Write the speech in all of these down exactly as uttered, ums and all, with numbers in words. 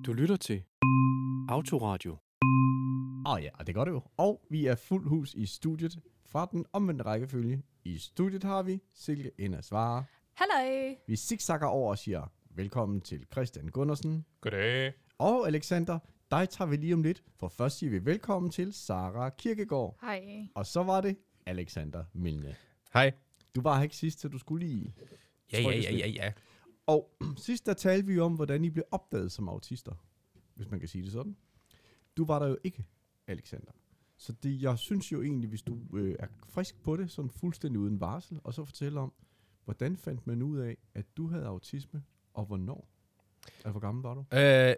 Du lytter til Autoradio. Åh oh ja, og det gør det jo. Og vi er fuld hus i studiet fra den omvendte rækkefølge. I studiet har vi Silke Ina Svare. Halløj! Vi zigzagger over og siger velkommen til Christian Gundersen. Goddag. Og Alexander, dig tager vi lige om lidt. For først siger vi velkommen til Sara Kirkegaard. Hej. Og så var det Alexander Milne. Hej. Du var her ikke sidst, så du skulle lige... Ja, ja, ja, ja, ja. Og sidst der talte vi om, hvordan I blev opdaget som autister. Hvis man kan sige det sådan. Du var der jo ikke, Alexander. Så det, jeg synes jo egentlig, hvis du øh, er frisk på det, sådan fuldstændig uden varsel, og så fortælle om, hvordan fandt man ud af, at du havde autisme, og hvornår? Altså, hvor gammel var du? Øh,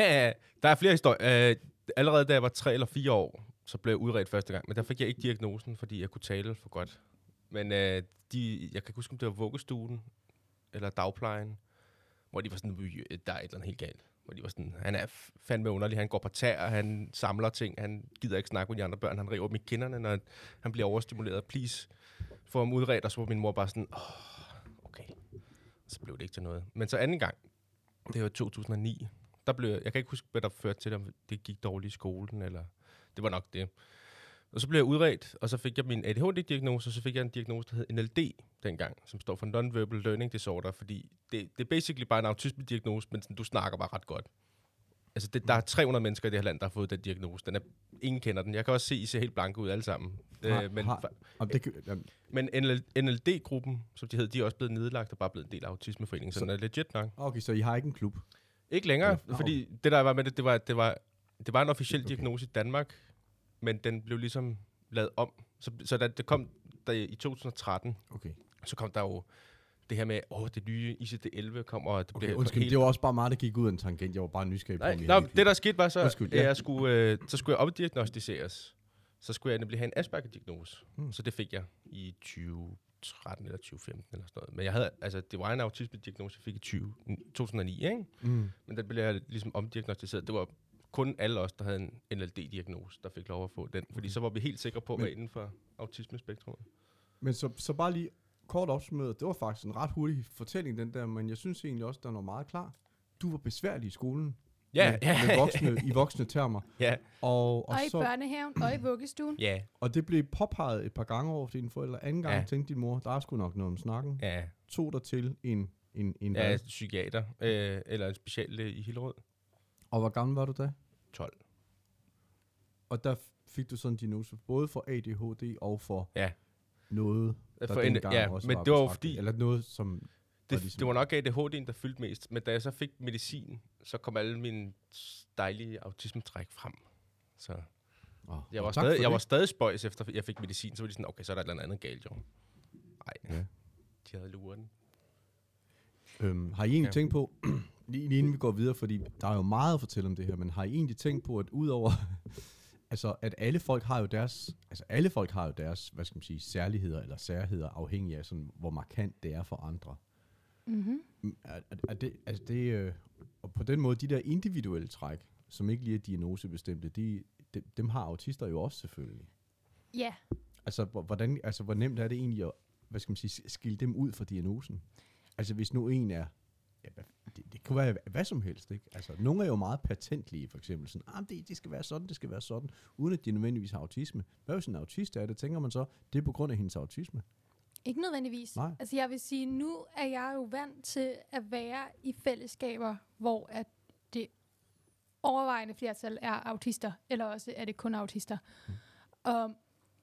der er flere historier. Øh, allerede da jeg var tre eller fire år, så blev jeg udredt første gang. Men der fik jeg ikke diagnosen, fordi jeg kunne tale for godt. Men øh, de, jeg kan ikke huske, om det var vuggestuen eller dagplejen, hvor de var sådan, der er et eller andet helt galt. Hvor de var sådan, han er fandme underlig, han går på tær, han samler ting, han gider ikke snakke med de andre børn, han river dem i kinderne, når han bliver overstimuleret. Please, få ham udredt, og så var min mor bare sådan, åh, okay. Så blev det ikke til noget. Men så anden gang, det var to tusind og ni, der blev, jeg kan ikke huske, hvad der førte til, om det gik dårligt i skolen, eller det var nok det. Og så blev jeg udredt, og så fik jeg min A D H D-diagnose, og så fik jeg en diagnose, der hed N L D dengang, som står for Non-Verbal Learning Disorder, fordi det, det er basically bare en autisme-diagnose, men sådan, du snakker bare ret godt. Altså, det, der er tre hundrede mennesker i det her land, der har fået den diagnose. Den er, ingen kender den. Jeg kan også se, I ser helt blanke ud alle sammen. Har, øh, men har, om det, jamen, men N L D-gruppen, som de hed, de er også blevet nedlagt og bare blevet en del af Autismeforeningen, så, så den er legit nok. Okay, så I har ikke en klub? Ikke længere, Ja, okay. fordi det der var med det, det var, det var, det var en officiel Okay. diagnose i Danmark, men den blev ligesom lavet om. Så, så da det kom der i to tusind og tretten, Okay. så kom der jo det her med, åh, det nye I C D elleve kom, og det Okay, blev undskyld, helt... det var også bare meget, der gik ud af en tangent. Jeg var bare nysgerrig på, Nej, om I nå, havde en det klub. der skete var så, Undskyld, at ja. jeg skulle, øh, så skulle jeg opdiagnostiseres. Så skulle jeg nemlig have en Asperger-diagnose. Hmm. Så det fik jeg i tyve tretten eller tyve femten eller sådan noget. Men jeg havde, altså, det var en autisme-diagnose, jeg fik i tyve, to tusind og ni, ikke? Mm. Men der blev jeg ligesom omdiagnostiseret. Det var kun alle os, der havde en N L D-diagnose, der fik lov at få den. Fordi så var vi helt sikre på at Men- være inden for autismespektrumet. Men så, så bare lige kort opsummeret, det var faktisk en ret hurtig fortælling, den der, men jeg synes egentlig også, der var meget klar. Du var besværlig i skolen. Ja, med, ja. med voksne, i voksne termer. Ja, Og, og, Og i så, børnehaven, og i vuggestuen. ja, og det blev påpeget et par gange over for dine forældre. Anden gang Ja. ja. tænkte din mor, der er sgu nok noget om snakken. Ja. ja. Tog dig til en, en, en Jeg er hvad? psykiater, øh, eller en speciallæge i Hillerød. Og hvor gammel var du da? tolv. Og der fik du sådan en diagnose, både for A D H D og for Ja. noget, der For en- dengang ja, også men var det var jo betragtet. fordi- Eller noget, som... Det, ligesom- det var nok A D H D'en, der fyldte mest. Men da jeg så fik medicin, så kom alle mine dejlige autismetræk frem. Så Oh, jeg var, stadig, jeg var stadig spøjs, efter jeg fik medicin. Så var de sådan, okay, så er der et eller andet galt, jo. Nej, Ja. de havde luret den. Øhm, har I egentlig Ja. tænkt på, lige, lige inden vi går videre, fordi der er jo meget at fortælle om det her, men har I egentlig tænkt på, at udover, altså at alle folk har jo deres, altså alle folk har jo deres, hvad skal man sige, særligheder eller særheder, afhængig af sådan, hvor markant det er for andre. Mm-hmm. Mm, Er, er, er det, altså det, øh, og på den måde, de der individuelle træk, som ikke lige er diagnosebestemte, de, de, dem har autister jo også selvfølgelig. Ja, Altså, hvor- hvordan, altså, hvor nemt er det egentlig at, hvad skal man sige, skille dem ud fra diagnosen? Altså, hvis nu en er, ja, hvad- det, det kan være hvad som helst, ikke? Altså, nogle er jo meget patentlige, for eksempel sådan, ah, det, det skal være sådan, det skal være sådan, uden at de nødvendigvis har autisme. Hvad hvis en autist er det, tænker man så, det er på grund af hendes autisme? ikke nødvendigvis. Nej. Altså jeg vil sige, nu er jeg jo vant til at være i fællesskaber, hvor at det overvejende flertal er autister, eller også er det kun autister. Mm. Og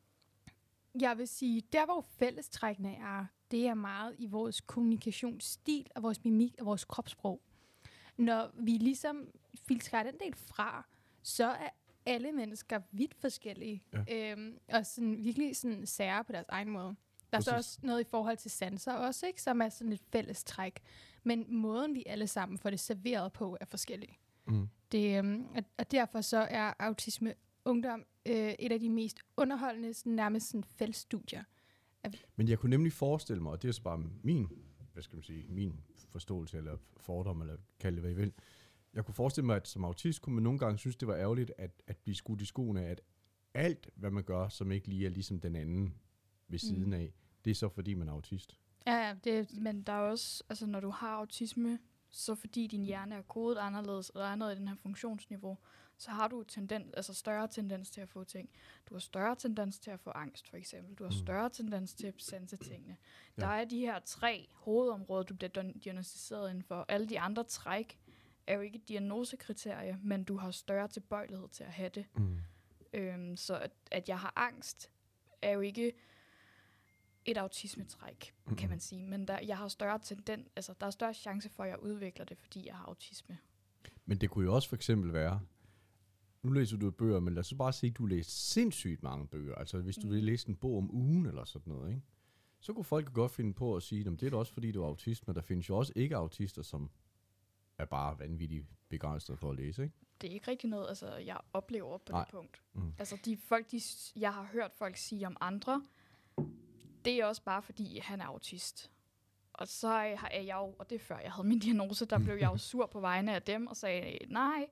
jeg vil sige, der hvor fællestrækkene er, det er meget i vores kommunikationsstil, og vores mimik og vores kropssprog. Når vi ligesom filtrerer den del fra, så er alle mennesker vidt forskellige, ja. øhm, og sådan virkelig sådan sære på deres egen måde. Der er så Præcis. også noget i forhold til sanser også, ikke, som er sådan et fælles træk. Men måden, vi alle sammen får det serveret på, er forskellig. Mm. Det, øhm, og, og derfor så er autisme ungdom øh, et af de mest underholdende, sådan, nærmest sådan feltstudier. Men jeg kunne nemlig forestille mig, og det er så bare min, hvad skal man sige, min forståelse eller fordom, eller kalde det hvad I vil. Jeg kunne forestille mig, at som autist kunne man nogle gange synes, det var ærgerligt at, at blive skudt i skoene, at alt, hvad man gør, som ikke lige er ligesom den anden ved siden Mm. af, det er så fordi, man er autist. Ja, ja, det, Men der er også, altså når du har autisme, så fordi din hjerne er kodet anderledes, og der er noget i den her funktionsniveau, så har du tendens, altså større tendens til at få ting. Du har større tendens til at få angst, for eksempel. Du har større tendens til at sanse tingene. Ja. Der er de her tre hovedområder, du bliver diagnosticeret inden for. Alle de andre træk er jo ikke diagnosekriterier, men du har større tilbøjelighed til at have det. Mm. Øhm, så at, at jeg har angst, er jo ikke et autismetræk, mm. kan man sige. Men der, jeg har større tendens, altså der er større chance for, at jeg udvikler det, fordi jeg har autisme. Men det kunne jo også for eksempel være, nu læser du bøger, men lad os bare sige, at du læser sindssygt mange bøger. Altså hvis du mm. vil læse en bog om ugen eller sådan noget, ikke? Så kunne folk godt finde på at sige, at det er da også fordi, du er autist, men der findes jo også ikke-autister, som er bare vanvittigt begejstrede for at læse, ikke? Det er ikke rigtig noget, altså jeg oplever på Nej. det punkt. Mm. Altså de folk, de, jeg har hørt folk sige om andre, det er også bare fordi, han er autist. Og så er jeg jo, og det er før jeg havde min diagnose, der blev jeg jo sur på vegne af dem, og sagde, nej,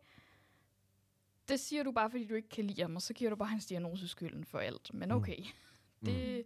det siger du bare, fordi du ikke kan lide ham, og så giver du bare hans diagnose skylden for alt. Men okay, mm. det...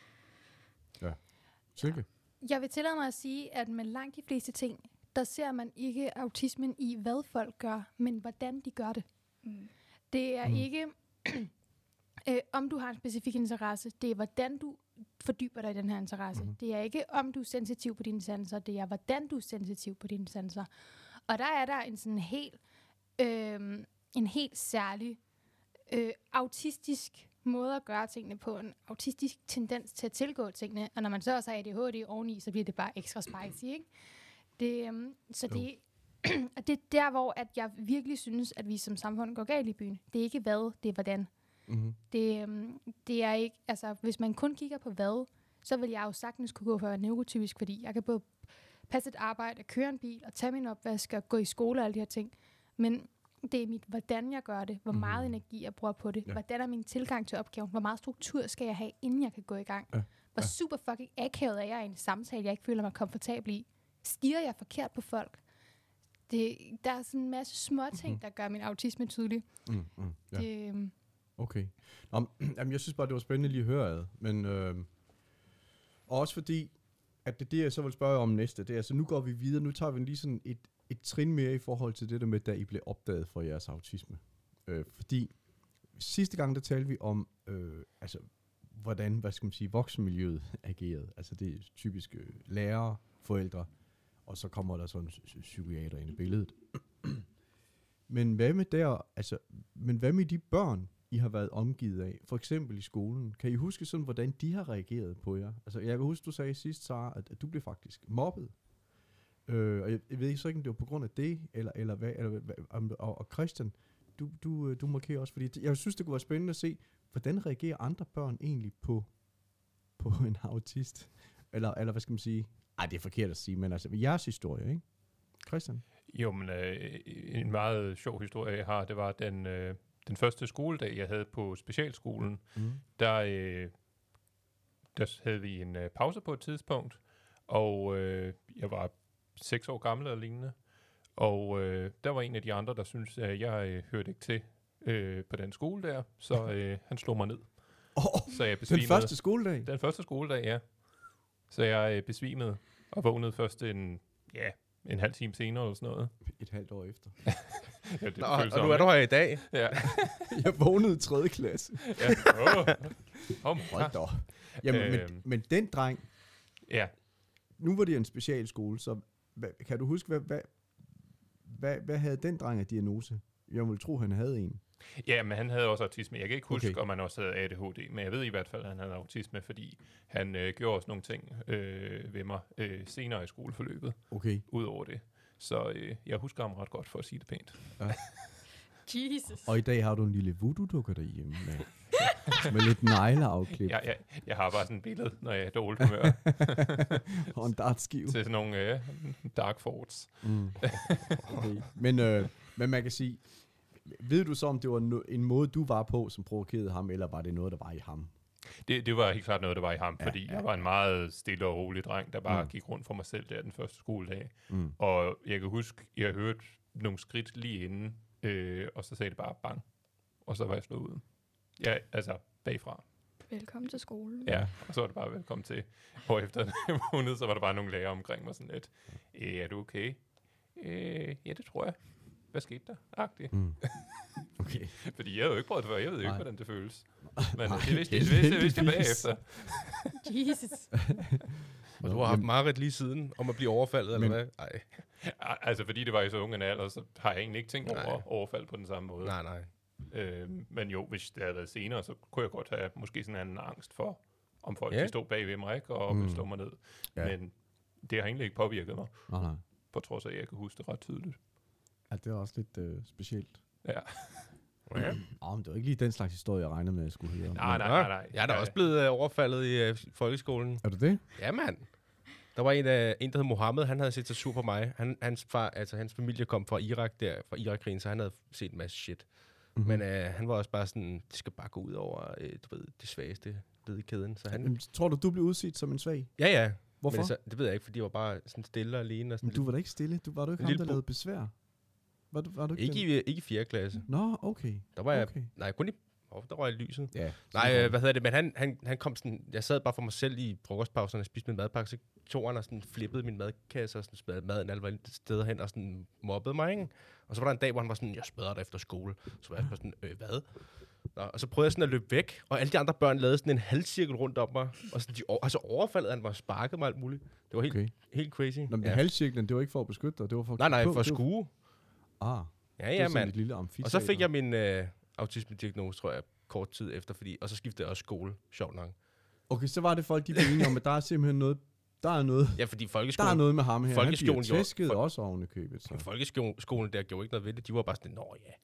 Ja, sikkert. Jeg vil tillade mig at sige, at med langt de fleste ting, der ser man ikke autismen i, hvad folk gør, men hvordan de gør det. Mm. Det er mm. ikke, øh, om du har en specifik interesse, det er, hvordan du fordyber dig i den her interesse. Mm. Det er ikke, om du er sensitiv på dine sanser, det er, hvordan du er sensitiv på dine sanser. Og der er der en sådan helt, øh, en helt særlig øh, autistisk måde at gøre tingene på, en autistisk tendens til at tilgå tingene, og når man så også har A D H D oveni, så bliver det bare ekstra spicy, ikke? Det, um, så det, det er der, hvor at jeg virkelig synes, at vi som samfund går galt i byen. Det er ikke hvad, det er hvordan. Mm-hmm. Det, um, det er ikke, altså hvis man kun kigger på hvad, så vil jeg jo sagtens kunne gå for at være neurotypisk, fordi jeg kan både passe et arbejde, køre en bil, og tage min opvask, og gå i skole og alle de her ting. Men det er mit, hvordan jeg gør det, hvor meget mm-hmm. energi jeg bruger på det, ja. Hvordan er min tilgang til opgaven, hvor meget struktur skal jeg have, inden jeg kan gå i gang. Ja. Hvor ja. super fucking akavet er jeg i en samtale, jeg ikke føler mig komfortabel i. Stiger jeg forkert på folk? Det, der er sådan en masse små ting, mm-hmm. der gør min autisme tydelig. Mm, mm, ja. det, um... Okay. Nå, jamen, jeg synes bare, det var spændende lige at høre ad. Men, øh, og også fordi, at det er det, jeg så vil spørge om næste. Det er, altså, nu går vi videre. Nu tager vi lige sådan et, et trin mere i forhold til det der med, da I blev opdaget for jeres autisme. Øh, fordi sidste gang, der talte vi om, øh, altså, hvordan, hvad skal man sige, voksenmiljøet agerede. Altså det er typisk øh, lærere, forældre, og så kommer der sådan en psykiater ind i billedet. Men hvad med der, altså, men hvad med de børn, I har været omgivet af, for eksempel i skolen? Kan I huske sådan, hvordan de har reageret på jer? Altså, jeg kan huske, du sagde sidst, Sara, at, at du blev faktisk mobbet. Øh, og jeg, jeg ved så ikke, om det var på grund af det, eller, eller hvad, eller, hvad og, og Christian, du, du, du markerer også, fordi jeg synes, det kunne være spændende at se, hvordan reagerer andre børn egentlig på, på en autist? Eller, eller hvad skal man sige? Ej, det er forkert at sige, men altså, jeres historie, ikke? Christian? Jo, men øh, en meget sjov historie, jeg har, det var den, øh, den første skoledag, jeg havde på specialskolen. Mm. Der, øh, der havde vi en øh, pause på et tidspunkt, og øh, jeg var seks år gammel eller lignende. Og øh, der var en af de andre, der syntes, at jeg øh, hørte ikke til øh, på den skole der, så øh, han slog mig ned. Oh, så jeg besvimede. Den første skoledag? Den første skoledag, ja. Så jeg øh, besvimede og vågnede først en, ja, en halv time senere eller sådan noget. Et halvt år efter. ja, det Nå, og nu er du her i dag. Ja. Jeg vågnede i tredje klasse. ja. Oh. Oh, Hold da. Jamen, øh, men, men den dreng, ja. Nu var det en specialskole, så hvad, kan du huske, hvad, hvad, hvad, hvad havde den dreng af diagnose? Jeg ville tro, han havde en. Ja, men han havde også autisme. Jeg kan ikke huske, okay. om han også havde A D H D, men jeg ved i hvert fald, at han havde autisme, fordi han øh, gjorde også nogle ting øh, ved mig øh, senere i skoleforløbet. Okay. Udover det. Så øh, jeg husker ham ret godt, for at sige det pænt. Ja. Jesus. Og i dag har du en lille voodoo-dukker derhjemme med, med lidt negleafklip. Ja, ja, jeg har bare sådan et billede, når jeg er dårligt humør. Og en dartskive. Til sådan nogle øh, dark thoughts. Mm. Okay. Men, øh, men man kan sige, ved du så, om det var no- en måde, du var på, som provokerede ham, eller var det noget, der var i ham? Det, det var helt klart noget, der var i ham, ja, fordi ja. jeg var en meget stille og rolig dreng, der bare mm. gik rundt for mig selv der den første skoledag. Mm. Og jeg kan huske, jeg hørte nogle skridt lige inden, øh, og så sagde det bare bang. Og så var jeg slået ud. Ja, altså bagfra. Velkommen til skolen. Ja, og så var det bare velkommen til. Og efter en måned, så var der bare nogle lærere omkring mig sådan lidt, er du okay? Øh, ja, det tror jeg. Hvad skete der? Agtigt. Mm. Okay. Fordi jeg har jo ikke prøvet det før. Jeg ved jo ikke, Nej. hvordan det føles. Men Nej, det vidste jeg, det vidste, jeg, vidste jeg heldigvis. bagefter. Jesus. Og du har haft mareridt lige siden om at blive overfaldet, Men- eller hvad? Ej. Ja, altså, fordi det var i så unge en alder, så har jeg egentlig ikke tænkt Nej. over overfald på den samme måde. Nej, nej. Øh, men jo, hvis det havde været senere, så kunne jeg godt have måske sådan en angst for, om folk Ja. ja. stod bag ved mig, ikke? Og Mm. ville slå mig ned. Ja. Ja. Men det har egentlig ikke påvirket mig, Nej, nej. på trods af, at jeg kan huske det ret tydeligt. Ja, det er også lidt øh, specielt. Ja. Ja. Oh, men det var ikke lige den slags historie, jeg regnede med, at jeg skulle høre. Nej, nej, Nå, nej, nej. Jeg er da Ja. også blevet øh, overfaldet i øh, folkeskolen. Er du det? Ja, mand. Der var en, øh, en der hed Mohammed, han havde set sig sur på mig. Han, hans far, altså hans familie kom fra Irak der, fra Irakkrigen, så han havde set en masse shit. Mm-hmm. Men øh, han var også bare sådan, det skal bare gå ud over, øh, du ved, det svageste led i kæden. Så han, Jamen, tror du, du blev udset som en svag? ja, ja. Hvorfor? Men det, det ved jeg ikke, fordi jeg var bare sådan stille og alene. Og sådan Men du var da ikke stille. Du var du ikke En ham, lille der bu- lavede besvær? Var du, var du ikke, ikke, den? i, ikke i fjerde klasse. Nå, okay. Der var jeg, okay. nej, kun i, oh, der var jeg i lyset. Ja. Nej, øh, hvad hedder det, men han, han, han kom sådan, jeg sad bare for mig selv i frokostpausen og spiste min madpakke, så tog han og sådan flippede min madkasse og sådan smadrede maden alle steder hen og sådan mobbede mig, ikke? Og så var der en dag, hvor han var sådan, jeg smadrer dig efter skole. Så var jeg bare sådan, øh, hvad? Nå, og så prøvede jeg sådan at løbe væk, og alle de andre børn lavede sådan en halvcirkel rundt om mig, og sådan, de, og så overfaldede han mig og sparkede mig alt muligt. Det var helt, Okay. helt crazy. Nå, men ja. halvcirklen, det var ikke for at beskytte dig, det var for at Nej, nej, kigge på. for Det var- skue. Ah, Ja, det ja, var sådan mand. et lille amfiteater. Og så fik jeg min øh, autisme-diagnose, tror jeg, kort tid efter, fordi, og så skiftede jeg også skole, sjovt nok. Okay, så var det folk, de blev enige om, at der er simpelthen noget, der er noget, Ja, fordi der er folkeskolen, noget med ham her. Han folkeskolen bliver gjorde- tæsket fol- også oven i købet. Så. folkeskolen der gjorde ikke noget ved det. De var bare sådan, nå ja.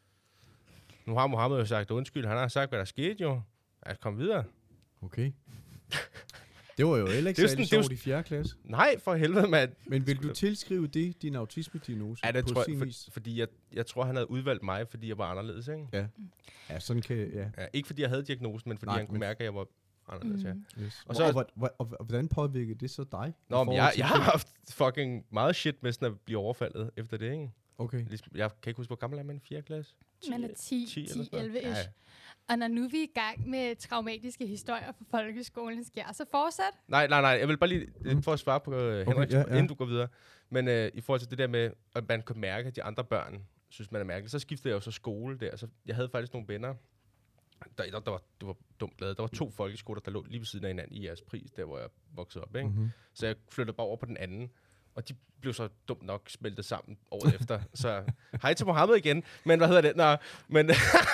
Nu har Mohammed jo sagt undskyld. Han har sagt, hvad der skete jo. Altså, kom videre. Okay. Det var jo heller ikke Det er jo særlig sådan- det er jo sjovt i fjerde klasse. Nej, for helvede, mand. Men vil du tilskrive det, din autisme-diagnose, Ja, det på tror sin jeg, vis? for, fordi jeg, jeg tror, han havde udvalgt mig, fordi jeg var anderledes, ikke? Ja. Ja, sådan kan ja. Ja, ikke fordi jeg havde diagnosen, men fordi Nej, han kunne men- mærke, at jeg var anderledes, ja. Mm. Yes. Og Og, så- så, og, og, og, og hvordan påvirkede det så dig? i Nå, men forhold jeg, til jeg har det? haft fucking meget shit med sådan at blive overfaldet efter det, ikke? Okay. Ligesom, jeg kan ikke huske, hvor gammel er man i fjerde klasse? Man er ti, ti eller ti, sådan noget. elleve ish. Ja. Og når nu vi er i gang med traumatiske historier fra folkeskolen, skal jeg så fortsætte? Nej, nej, nej. Jeg vil bare lige, mm. for at svare på uh, Henrik, ja, okay, ja. inden du går videre. Men uh, i forhold til det der med, at man kan mærke, at de andre børn synes, man er mærkelig, så skiftede jeg jo så skole der. Så jeg havde faktisk nogle venner, der, der, der var, det var dumt lavet. Der var to folkeskoler, der lå lige ved siden af hinanden i jeres pris, der hvor jeg voksede op, ikke? Mm-hmm. Så jeg flyttede bare over på den anden. Og de blev så dumt nok smeltet sammen året efter. Så hej til Mohammed igen. Men hvad hedder det? Nå, men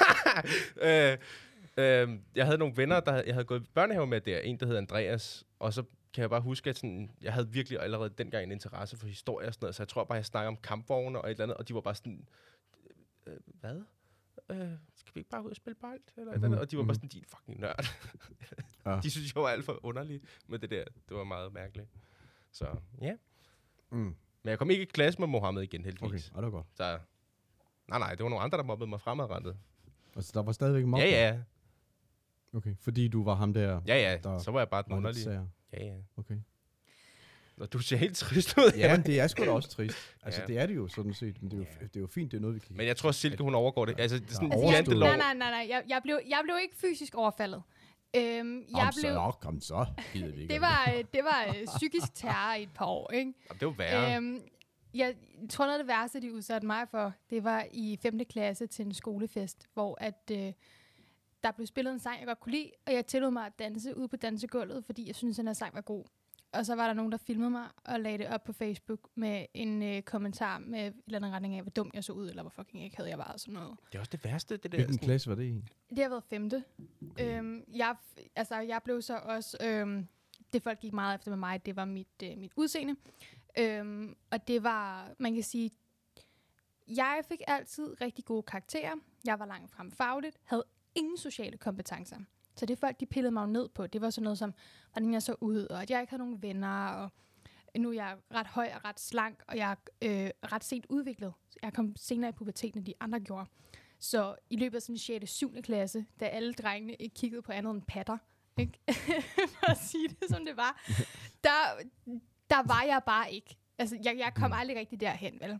øh, øh, jeg havde nogle venner, der havde, jeg havde gået i børnehave med der. En, der hed Andreas. Og så kan jeg bare huske, at sådan, jeg havde virkelig allerede dengang en interesse for historie og sådan noget. Så jeg tror bare, jeg snakkede om kampvogne og et eller andet. Og de var bare sådan, øh, hvad? Øh, skal vi ikke bare ud og spille bold? Eller et eller andet? Og de var bare sådan, din fucking nørd. Ja. De synes, jeg var alt for underlig med det der. Det var meget mærkeligt. Så ja. Mm. Men jeg kom ikke i klasse med Mohammed igen, heldigvis. Okay, Okay. ja, det var godt. Så, nej, nej, det var nogle andre, der mobbede mig fremadrettet. Altså, der var stadigvæk mobber? Ja, ja. Okay, fordi du var ham der, Ja, ja. Der Så var jeg bare den var lidt underlige. sær. Ja, ja. Okay. Og du ser helt trist ud. Ja, men det er sgu da også trist. Altså, Ja. det er det jo sådan set, men det er jo, Ja. det er jo fint, det er noget, vi kan... Men jeg tror, Silke, hun overgår det. Altså, det er sådan Der er en Altså, jeg, overstået. jantelov. nej, nej, nej, nej. Jeg, jeg, blev, jeg blev ikke fysisk overfaldet. Øhm, jeg Kom så, blev, nå, kom så. Gider vi ikke. det var, øh, det var øh, psykisk terror i et par år, ikke? Jamen, det var værre. Øhm, jeg tror, noget af det værste, de udsatte mig for, det var i femte klasse til en skolefest, hvor at, øh, der blev spillet en sang, jeg godt kunne lide, og jeg tillod mig at danse ude på dansegulvet, fordi jeg synes, at den her sang var god. Og så var der nogen, der filmede mig og lagde det op på Facebook med en øh, kommentar med en eller anden retning af, hvor dum jeg så ud, eller hvor fucking ikke havde jeg været og sådan noget. Det er også det værste, det der. Hvilken sådan- klasse var det i? Det har været femte. Okay. Øhm, jeg, f- altså, jeg blev så også... Øhm, det folk gik meget efter med mig, det var mit, øh, mit udseende. Øhm, og det var, man kan sige... Jeg fik altid rigtig gode karakterer. Jeg var langt frem fagligt. Havde ingen sociale kompetencer. Så det folk, de pillede mig jo ned på. Det var sådan noget som, hvordan jeg så ud, og at jeg ikke havde nogen venner, og nu er jeg ret høj og ret slank, og jeg er øh, ret sent udviklet. Jeg kom senere i puberteten, end de andre gjorde. Så i løbet af sådan sjette syvende klasse, da alle drengene ikke kiggede på andet end patter, ikke? For at sige det, som det var, der, der var jeg bare ikke. Altså, jeg, jeg kom aldrig rigtig derhen, vel?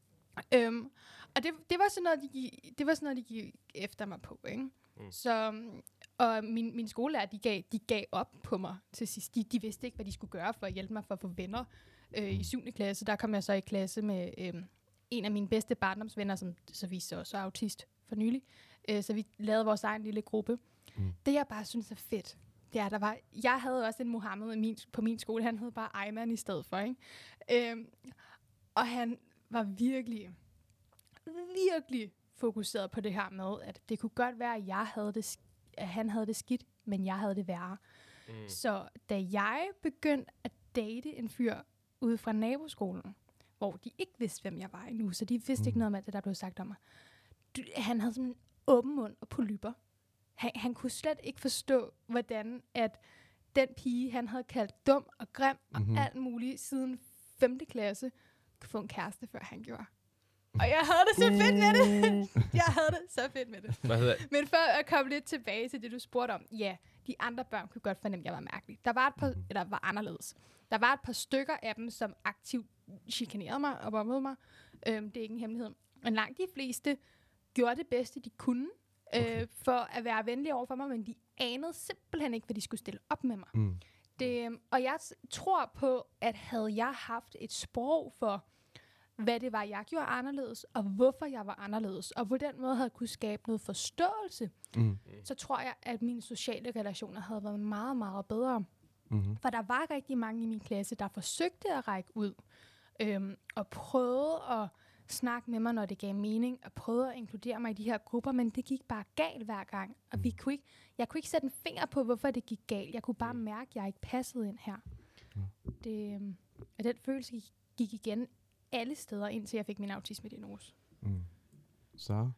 Øhm, og det, det, var sådan noget, de gik, det var sådan noget, de gik efter mig på, ikke? Mm. Så, og min, min skolelærer, de gav, de gav op på mig til sidst. De, de vidste ikke, hvad de skulle gøre for at hjælpe mig for at få venner. øh, i syvende klasse. Der kom jeg så i klasse med øh, en af mine bedste barndomsvenner, som så viste sig også er autist for nylig. Øh, så vi lavede vores egen lille gruppe. Mm. Det, jeg bare synes er fedt, det er, der var... Jeg havde også en Mohammed i min, på min skole. Han hed bare Ayman i stedet for, ikke? Øh, og han var virkelig, virkelig fokuseret på det her med, at det kunne godt være, at, jeg havde det, at han havde det skidt, men jeg havde det værre. Mm. Så da jeg begyndte at date en fyr ude fra naboskolen, hvor de ikke vidste, hvem jeg var endnu, så de vidste mm. ikke noget om alt det, der blev sagt om mig. Du, han havde sådan en åben mund og polypper. Han, han kunne slet ikke forstå, hvordan at den pige, han havde kaldt dum og grim mm-hmm. og alt muligt siden femte klasse, kunne få en kæreste, før han gjorde. Og jeg havde det så fedt med det. Jeg havde det så fedt med det. Hvad hedder det? Men for at komme lidt tilbage til det, du spurgte om. Ja, de andre børn kunne godt fornemme, at jeg var mærkelig. Der var et par, eller var anderledes. Der var et par stykker af dem, som aktivt chikanerede mig og bombede mig. Øhm, det er ikke en hemmelighed. Men langt de fleste gjorde det bedste, de kunne, øh, okay. for at være venlige over for mig, men de anede simpelthen ikke, hvad de skulle stille op med mig. Mm. Det, og jeg tror på, at havde jeg haft et sprog for, hvad det var, jeg gjorde anderledes, og hvorfor jeg var anderledes, og på den måde havde kunne skabe noget forståelse, mm. så tror jeg, at mine sociale relationer havde været meget, meget bedre. Mm-hmm. For der var rigtig mange i min klasse, der forsøgte at række ud, øhm, og prøvede at snakke med mig, når det gav mening, og prøvede at inkludere mig i de her grupper, men det gik bare galt hver gang. Og vi kunne ikke, jeg kunne ikke sætte en finger på, hvorfor det gik galt. Jeg kunne bare mærke, at jeg ikke passede ind her. Mm. Det, øhm, og den følelse gik, gik igen alle steder, indtil jeg fik min autisme-diagnose. Mm. Så?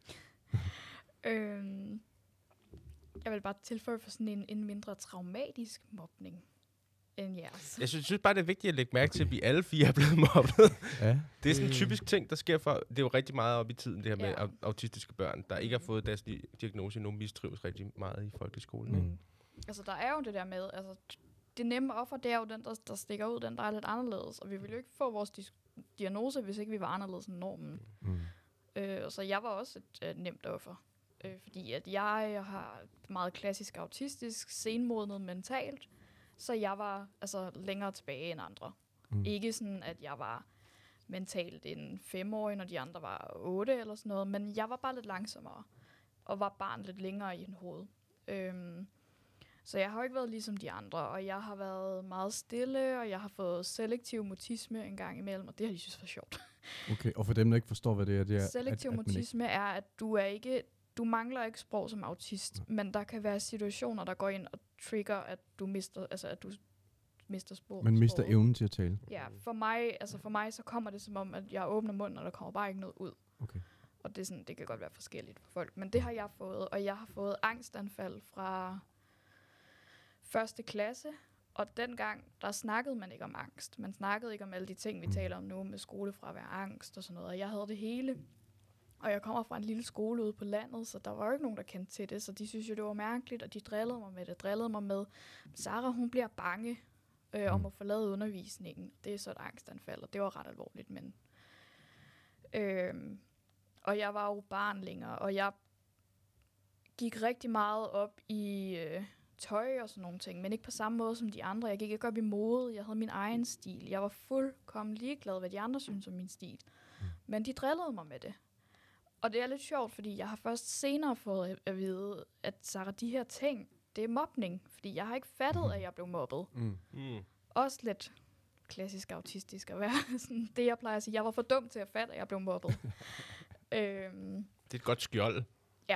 øhm, jeg vil bare tilføje for sådan en, en mindre traumatisk mobning end jeres. Jeg synes, synes bare, det er vigtigt at lægge mærke til, at vi alle fire er blevet mobbet. Ja. Det er sådan en typisk ting, der sker for... Det er jo rigtig meget op i tiden, det her med ja. autistiske børn, der ikke har fået deres diagnose endnu, mistrives rigtig meget i folkeskolen. Mm. Altså, der er jo det der med... Altså, det nemme offer, det er jo den, der, der stikker ud, den, der er lidt anderledes. Og vi ville jo ikke få vores dis- diagnose, hvis ikke vi var anderledes end normen. Mm. Øh, så jeg var også et uh, nemt offer. Øh, fordi at jeg har meget klassisk autistisk, senmodnet mentalt, så jeg var altså længere tilbage end andre. Mm. Ikke sådan, at jeg var mentalt en femårig, når de andre var otte eller sådan noget, men jeg var bare lidt langsommere, og var barn lidt længere i en hoved. Øhm, så jeg har jo ikke været ligesom de andre, og jeg har været meget stille, og jeg har fået selektiv mutisme en gang imellem, og det har de synes var sjovt. Okay, og for dem, der ikke forstår, hvad det er, det er... Selektiv at, at mutisme ikke... er, at du er ikke... Du mangler ikke sprog som autist, ja. Men der kan være situationer, der går ind og trigger, at du mister, altså at du mister sprog. Man mister evnen til at tale. Ja, for mig, altså for mig så kommer det som om, at jeg åbner munden, og der kommer bare ikke noget ud. Okay. Og det er sådan, det kan godt være forskelligt for folk, men det har jeg fået, og jeg har fået angstanfald fra første klasse, og dengang der snakkede man ikke om angst. Man snakkede ikke om alle de ting, vi mm. taler om nu med skolefravær, angst og sådan noget. Og jeg havde det hele. Og jeg kommer fra en lille skole ude på landet, så der var jo ikke nogen, der kendte til det. Så de synes jo, det var mærkeligt, og de drillede mig med det. Drillede mig med, Sarah, hun bliver bange øh, om at forlade undervisningen. Det er så et angstanfald, og det var ret alvorligt. Men øh, og jeg var jo barn længere, og jeg gik rigtig meget op i øh, tøj og sådan nogle ting, men ikke på samme måde som de andre. Jeg gik ikke op i mode, jeg havde min egen stil. Jeg var fuldkommen ligeglad, hvad de andre synes om min stil. Men de drillede mig med det. Og det er lidt sjovt, fordi jeg har først senere fået at vide, at Sarah, de her ting, det er mobning. Fordi jeg har ikke fattet, at jeg blev mobbet. Mm. Mm. Også lidt klassisk autistisk at være sådan det, jeg plejer at sige. Jeg var for dum til at fatte, at jeg blev mobbet. øhm, det er et godt skjold. Ja.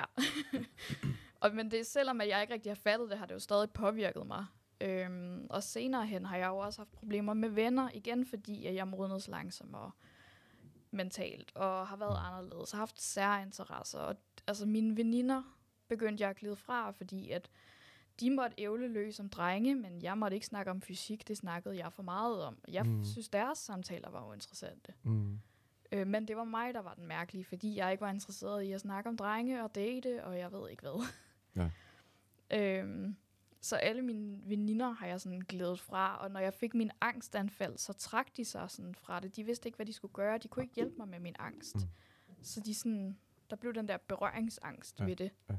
og, men det, selvom at jeg ikke rigtig har fattet det, har det jo stadig påvirket mig. Øhm, og senere hen har jeg jo også haft problemer med venner, igen fordi at jeg modnedes langsommere mentalt, og har været anderledes, har haft særinteresser, og altså mine veninder begyndte jeg at glide fra, fordi at de måtte ævle løs om drenge, men jeg måtte ikke snakke om fysik, det snakkede jeg for meget om. Jeg mm. synes, deres samtaler var uinteressante. Mm. Øh, men det var mig, der var den mærkelige, fordi jeg ikke var interesseret i at snakke om drenge og date, og jeg ved ikke hvad. Ja. øhm, Så alle mine veninder har jeg sådan glædet fra, og når jeg fik min angstanfald, så trak de sig sådan fra det. De vidste ikke, hvad de skulle gøre. De kunne ikke hjælpe mig med min angst. Mm. Så de sådan, der blev den der berøringsangst ja. ved det. Ja.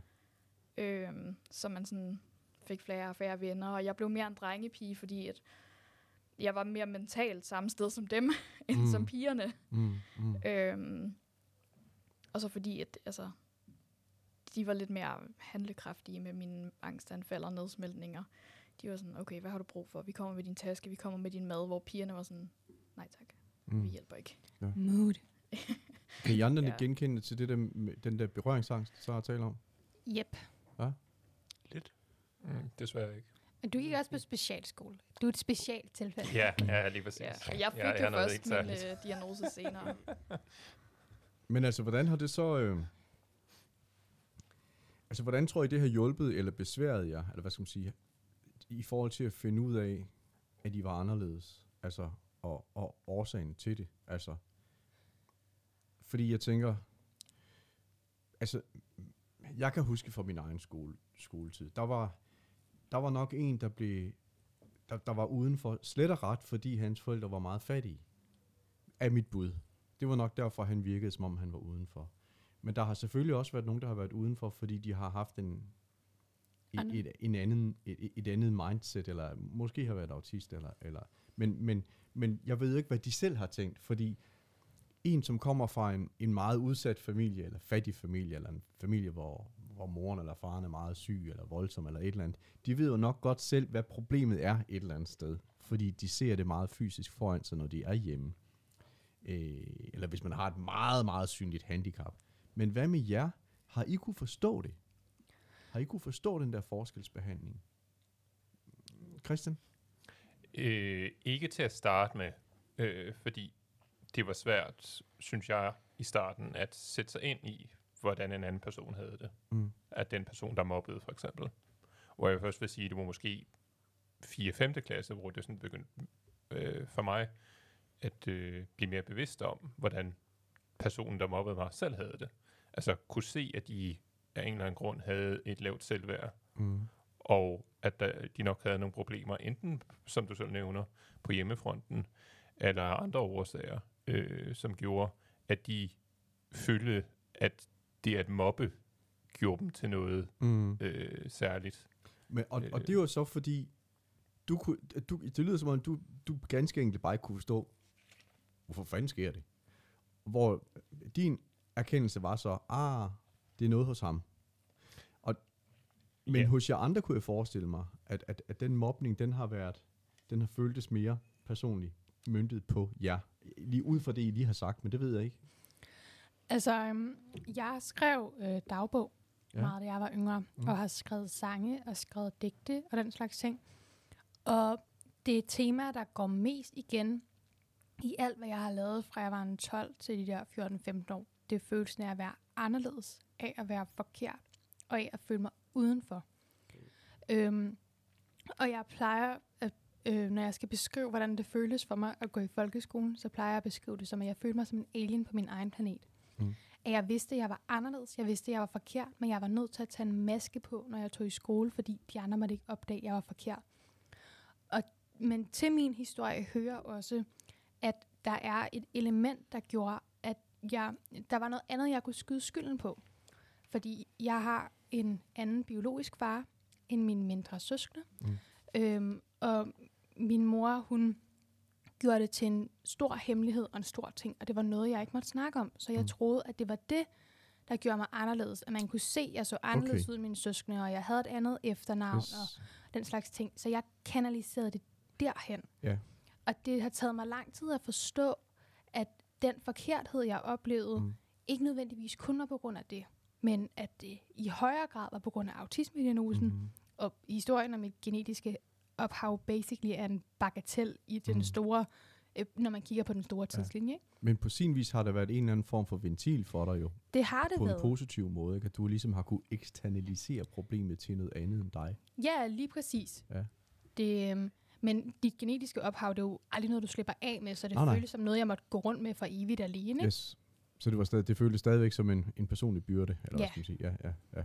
Øhm, så man sådan fik flere og færre venner, og jeg blev mere en drengepige, fordi at jeg var mere mentalt samme sted som dem, end Mm. som pigerne. Mm, mm. Øhm, og så fordi, at altså, de var lidt mere handlekraftige med mine angstanfald og nedsmeltninger. De var sådan, okay, hvad har du brug for? Vi kommer med din taske, vi kommer med din mad, hvor pigerne var sådan, nej tak, Mm. vi hjælper ikke. Mood. Kan I andre Ja. ja. genkende til det der, med den der berøringsangst, så har talt om? Yep. Lidt. Mm, desværre ikke. Men du gik også på specialskole. Du er et specielt tilfælde. Ja, ja, lige præcis. Ja, og jeg fik jeg jo er noget først helt min særligt. øh, diagnose senere. Men altså, hvordan har det så... Øh, altså, hvordan tror I, det har hjulpet eller besværet jer, eller hvad skal man sige, i forhold til at finde ud af, at I var anderledes? Altså, og, og årsagen til det. Altså, fordi jeg tænker... Altså, jeg kan huske fra min egen skole, skoletid, der var, der var nok en, der blev... Der, der var udenfor slet og ret, fordi hans forældre var meget fattige. Af mit bud. Det var nok derfor, han virkede, som om han var udenfor. Men der har selvfølgelig også været nogen, der har været udenfor, fordi de har haft en, et, Anden. et, en anden, et, et andet mindset, eller måske har været autist. Eller, eller, men, men, men jeg ved ikke, hvad de selv har tænkt, fordi en, som kommer fra en, en meget udsat familie, eller fattig familie, eller en familie, hvor, hvor moren eller faren er meget syg, eller voldsom, eller et eller andet, de ved jo nok godt selv, hvad problemet er et eller andet sted, fordi de ser det meget fysisk foran sig, når de er hjemme. Øh, eller hvis man har et meget, meget synligt handicap. Men hvad med jer? Har I kunne forstå det? Har I kunne forstå den der forskelsbehandling? Christian? Øh, ikke til at starte med, øh, fordi det var svært, synes jeg, i starten, at sætte sig ind i, hvordan en anden person havde det. Mm. At den person, der mobbede, for eksempel. Hvor jeg først vil sige, at det var måske fire femte klasse, hvor det sådan begyndte øh, for mig at øh, blive mere bevidst om, hvordan personen, der mobbede mig, selv havde det. Altså kunne se, at de af en eller anden grund havde et lavt selvværd, Mm. og at der, de nok havde nogle problemer, enten, som du selv nævner, på hjemmefronten, eller andre årsager, øh, som gjorde, at de følte, at det at mobbe gjorde dem til noget Mm. øh, særligt. Men, og, og det var så fordi, du kunne, du, det lyder som om, du, du ganske enkelt bare ikke kunne forstå, hvorfor fanden sker det? Hvor din erkendelse var så, ah, det er noget hos ham. Og, men Ja. hos jer andre kunne jeg forestille mig, at, at, at den mobning, den har været, den har føltes mere personligt møntet på jer. Lige ud fra det, I lige har sagt, men det ved jeg ikke. Altså, øhm, jeg skrev øh, dagbog Ja. ja. meget, da jeg var yngre, Mm. mm. og har skrevet sange og skrevet digte og den slags ting. Og det er et tema, der går mest igen i alt, hvad jeg har lavet, fra jeg var en tolv til de der fjorten femten år. Det er følelsen af at være anderledes, af at være forkert, og af at føle mig udenfor. Øhm, og jeg plejer, at, øh, når jeg skal beskrive, hvordan det føles for mig at gå i folkeskolen, så plejer jeg at beskrive det som, at jeg følte mig som en alien på min egen planet. Mm. At jeg vidste, at jeg var anderledes, jeg vidste, at jeg var forkert, men jeg var nødt til at tage en maske på, når jeg tog i skole, fordi de andre måtte ikke opdage, at jeg var forkert. Og, men til min historie hører også, at der er et element, der gjorde, at jeg, der var noget andet, jeg kunne skyde skylden på. Fordi jeg har en anden biologisk far end mine mindre søskende. Mm. Øhm, og min mor, hun gjorde det til en stor hemmelighed og en stor ting, og det var noget, jeg ikke måtte snakke om. Så jeg Mm. troede, at det var det, der gjorde mig anderledes. At man kunne se, at jeg så anderledes Okay. ud end mine søskende, og jeg havde et andet efternavn Yes. og den slags ting. Så jeg kanaliserede det derhen. Ja. Og det har taget mig lang tid at forstå, at den forkerthed, jeg oplevede, Mm. mm. ikke nødvendigvis kun var på grund af det, men at det i højere grad var på grund af autismediagnosen, Mm. og historien om mit genetiske ophav basically er en bagatel i den Mm. store, øh, når man kigger på den store tidslinje. Ikke? Men på sin vis har der været en eller anden form for ventil for dig jo, Det har det på en været. positiv måde, ikke? At du ligesom har kunne eksternalisere problemet til noget andet end dig. Ja, lige præcis. Ja. Det, øhm, men dit genetiske ophav, det er jo aldrig noget, du slipper af med, så det Nej, nej. føles som noget, jeg måtte gå rundt med for evigt alene. Ikke? Yes. Så det var stadig, det føltes stadigvæk som en, en personlig byrde, eller hvad Ja. skal man sige? Ja, ja, ja.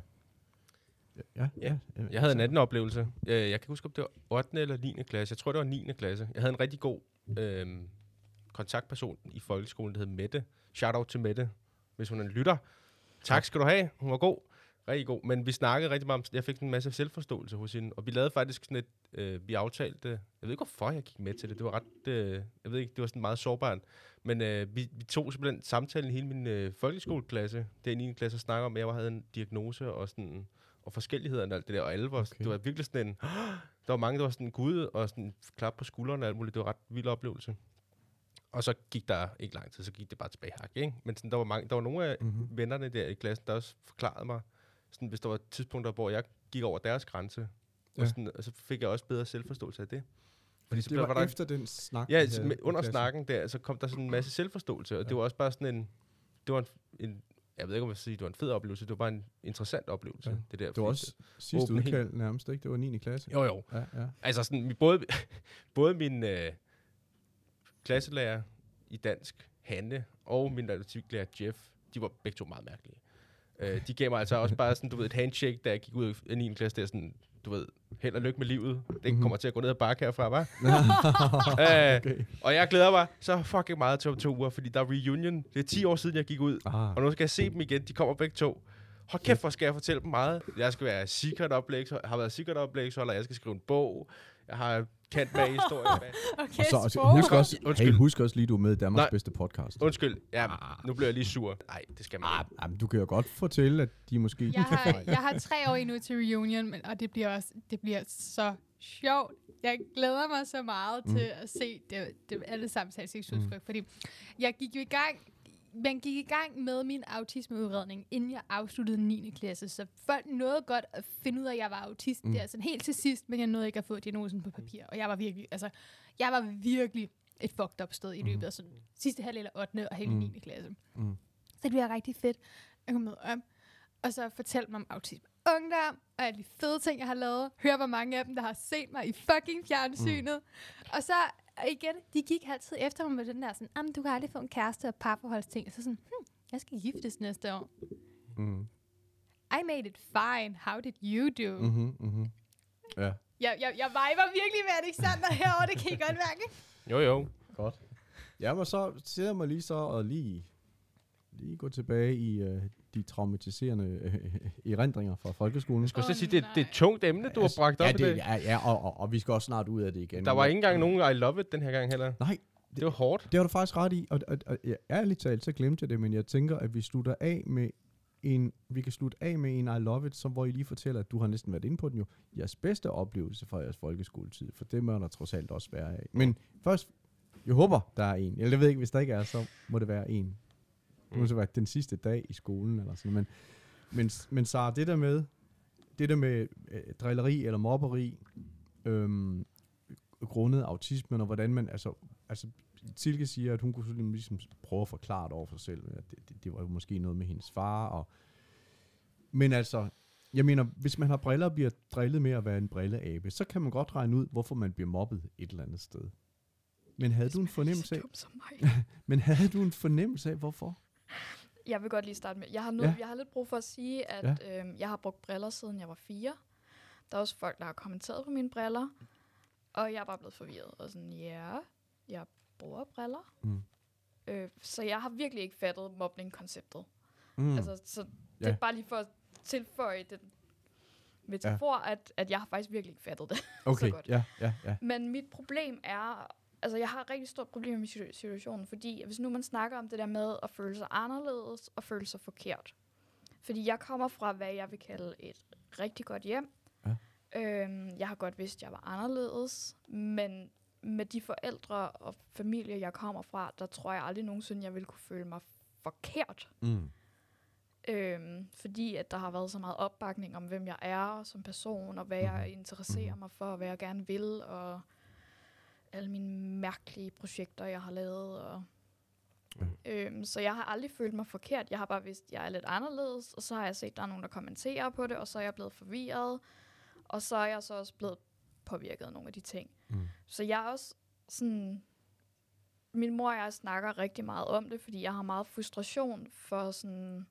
Ja, ja, ja, ja. Jeg havde en anden oplevelse. Jeg, jeg kan ikke huske, om det var ottende eller niende klasse. Jeg tror, det var niende klasse. Jeg havde en rigtig god øh, kontaktperson i folkeskolen, der hed Mette. Shout out til Mette, hvis hun er en lytter. Tak skal du have. Hun var god. Rigtig god. Men vi snakkede rigtig meget om, jeg fik en masse selvforståelse hos hende, og vi lavede faktisk sådan et, øh, vi aftalte, jeg ved ikke hvorfor jeg gik med til det, det var ret, øh, jeg ved ikke, det var sådan meget sårbart, men øh, vi, vi tog simpelthen samtalen i hele min øh, folkeskoleklasse, det er niende klasse, at snakke om, at jeg havde en diagnose og sådan, og forskellighederne og alt det der, og alle var, okay. Det var virkelig sådan en, der var mange, der var sådan gud, og sådan klap på skuldrene og alt muligt, det var ret vild oplevelse. Og så gik der ikke lang tid, så gik det bare tilbage hak, ikke? Men sådan, der var mange, der var nogle af mm-hmm. vennerne der i klassen, der også forklarede mig, sådan, hvis der var tidspunkter, hvor jeg gik over deres grænse, ja. og, sådan, og så fik jeg også bedre selvforståelse af det. Fordi så det var, var der efter den snak? Ja, så med, under snakken der, så kom der sådan en masse selvforståelse, og ja. det var også bare sådan en, det var en, en, jeg ved ikke, om jeg skal sige, det var en fed oplevelse, det var bare en interessant oplevelse. Ja. Det, der, det var også sidste udkald nærmest, ikke? Det var niende klasse. Jo, jo. Ja, ja. Altså sådan, både, både min øh, klasselærer i dansk, Hanne, og min atletiklærer, Jeff, de var begge to meget mærkelige. Uh, de gav mig altså også bare sådan, du ved, et handshake, da jeg gik ud af niende klasse, der sådan, du ved, held og lykke med livet. Det mm-hmm. kommer til at gå ned ad bakke herfra, hva'? uh, okay. Og jeg glæder mig så fucking meget til om to uger, fordi der er reunion. Det er ti år siden, jeg gik ud, ah. og nu skal jeg se dem igen. De kommer begge to. Hold kæft, hvor skal jeg fortælle dem meget. Jeg skal være secret oplæg, har været secret oplægsholder, jeg skal skrive en bog. Jeg har kendt med historie. Okay, og så, husk, også, hey, husk også lige, du er med i Danmarks Nej. bedste podcast. Undskyld, ja, nu bliver jeg lige sur. Nej, det skal man ikke. Ah, du kan jo godt fortælle, at de måske... Jeg har, jeg har tre år endnu til reunion, men, og det bliver også det bliver så sjovt. Jeg glæder mig så meget mm. til at se det, det alle samtalsudtryk, mm. fordi jeg gik jo i gang... Man gik i gang med min autismeudredning, inden jeg afsluttede niende klasse, så folk nåede godt at finde ud af, at jeg var autist mm. der, sådan helt til sidst, men jeg nåede ikke at få diagnosen på papir, og jeg var virkelig, altså, jeg var virkelig et fucked up sted i løbet af sådan sidste halv eller ottende og hele mm. niende klasse. Mm. Så det bliver rigtig fedt at komme med om, og så fortælle mig om autisme ungdom, og alle de fede ting, jeg har lavet, høre hvor mange af dem, der har set mig i fucking fjernsynet, mm. og så Og igen, de gik altid efter mig med den der sådan, du kan aldrig få en kæreste og parforholdsting. Og så sådan, hm, jeg skal giftes næste år. Mm. I made it fine. How did you do? Mm-hmm, mm-hmm. Ja. Jeg, jeg, jeg viber virkelig med Alexander herovre, det kan I godt mærke. Jo, jo. Godt. Jamen så sidder mig lige så og lige, lige gå tilbage i uh, de traumatiserende uh, erindringer fra folkeskolen. Jeg skulle oh, sige, det, det er et tungt emne, du har bragt op ja, det, i det. Ja, ja og, og, og vi skal også snart ud af det igen. Der var ikke engang nogen I love it den her gang heller. Nej. Det, det var hårdt. Det var du faktisk ret i, og, og, og ja, ærligt talt, så glemte jeg det, men jeg tænker, at vi slutter af med en, vi kan slutte af med en I love it, som hvor I lige fortæller, at du har næsten været inde på den jo, jeres bedste oplevelse fra jeres folkeskoletid, for det må der trods alt også være af. Men først, jeg håber, der er en. Eller jeg ved ikke, hvis der ikke er, så må det være en. Det må så være den sidste dag i skolen, eller sådan. Men, men, men Sara, det der med, det der med øh, drilleri eller mobberi, øhm, grundet autismen, og hvordan man, altså, altså Silke siger, at hun kunne ligesom prøve at forklare det over for sig selv, at det, det, det var jo måske noget med hendes far, og, men altså, jeg mener, hvis man har briller og bliver drillet med at være en brilleabe, så kan man godt regne ud, hvorfor man bliver mobbet et eller andet sted. Men havde du en fornemmelse af, men havde du en fornemmelse af, hvorfor? Jeg vil godt lige starte med, jeg har, nød, ja. jeg har lidt brug for at sige, at ja. øhm, jeg har brugt briller, siden jeg var fire. Der er også folk, der har kommenteret på mine briller, og jeg er bare blevet forvirret. Og sådan, ja, jeg bruger briller. Mm. Øh, så jeg har virkelig ikke fattet mobning-konceptet. Mm. Altså, så det ja. er bare lige for at tilføje den metafor, ja. at, at jeg har faktisk virkelig ikke fattet det okay. så godt. Ja, ja, ja. Men mit problem er, altså jeg har et rigtig stort problem med situationen, fordi hvis nu man snakker om det der med at føle sig anderledes og føle sig forkert. Fordi jeg kommer fra, hvad jeg vil kalde et rigtig godt hjem. Ja. Øhm, jeg har godt vidst, at jeg var anderledes, men med de forældre og familie, jeg kommer fra, der tror jeg aldrig nogensinde, jeg ville kunne føle mig forkert. Mm. Øhm, fordi at der har været så meget opbakning om, hvem jeg er som person, og hvad mm. jeg interesserer mm. mig for, og hvad jeg gerne vil, og alle mine mærkelige projekter, jeg har lavet. Og mm. øhm, så jeg har aldrig følt mig forkert. Jeg har bare vidst, at jeg er lidt anderledes, og så har jeg set, at der er nogen, der kommenterer på det, og så er jeg blevet forvirret, og så er jeg så også blevet påvirket af nogle af de ting. Mm. Så jeg er også sådan... Min mor og jeg snakker rigtig meget om det, fordi jeg har meget frustration for sådan...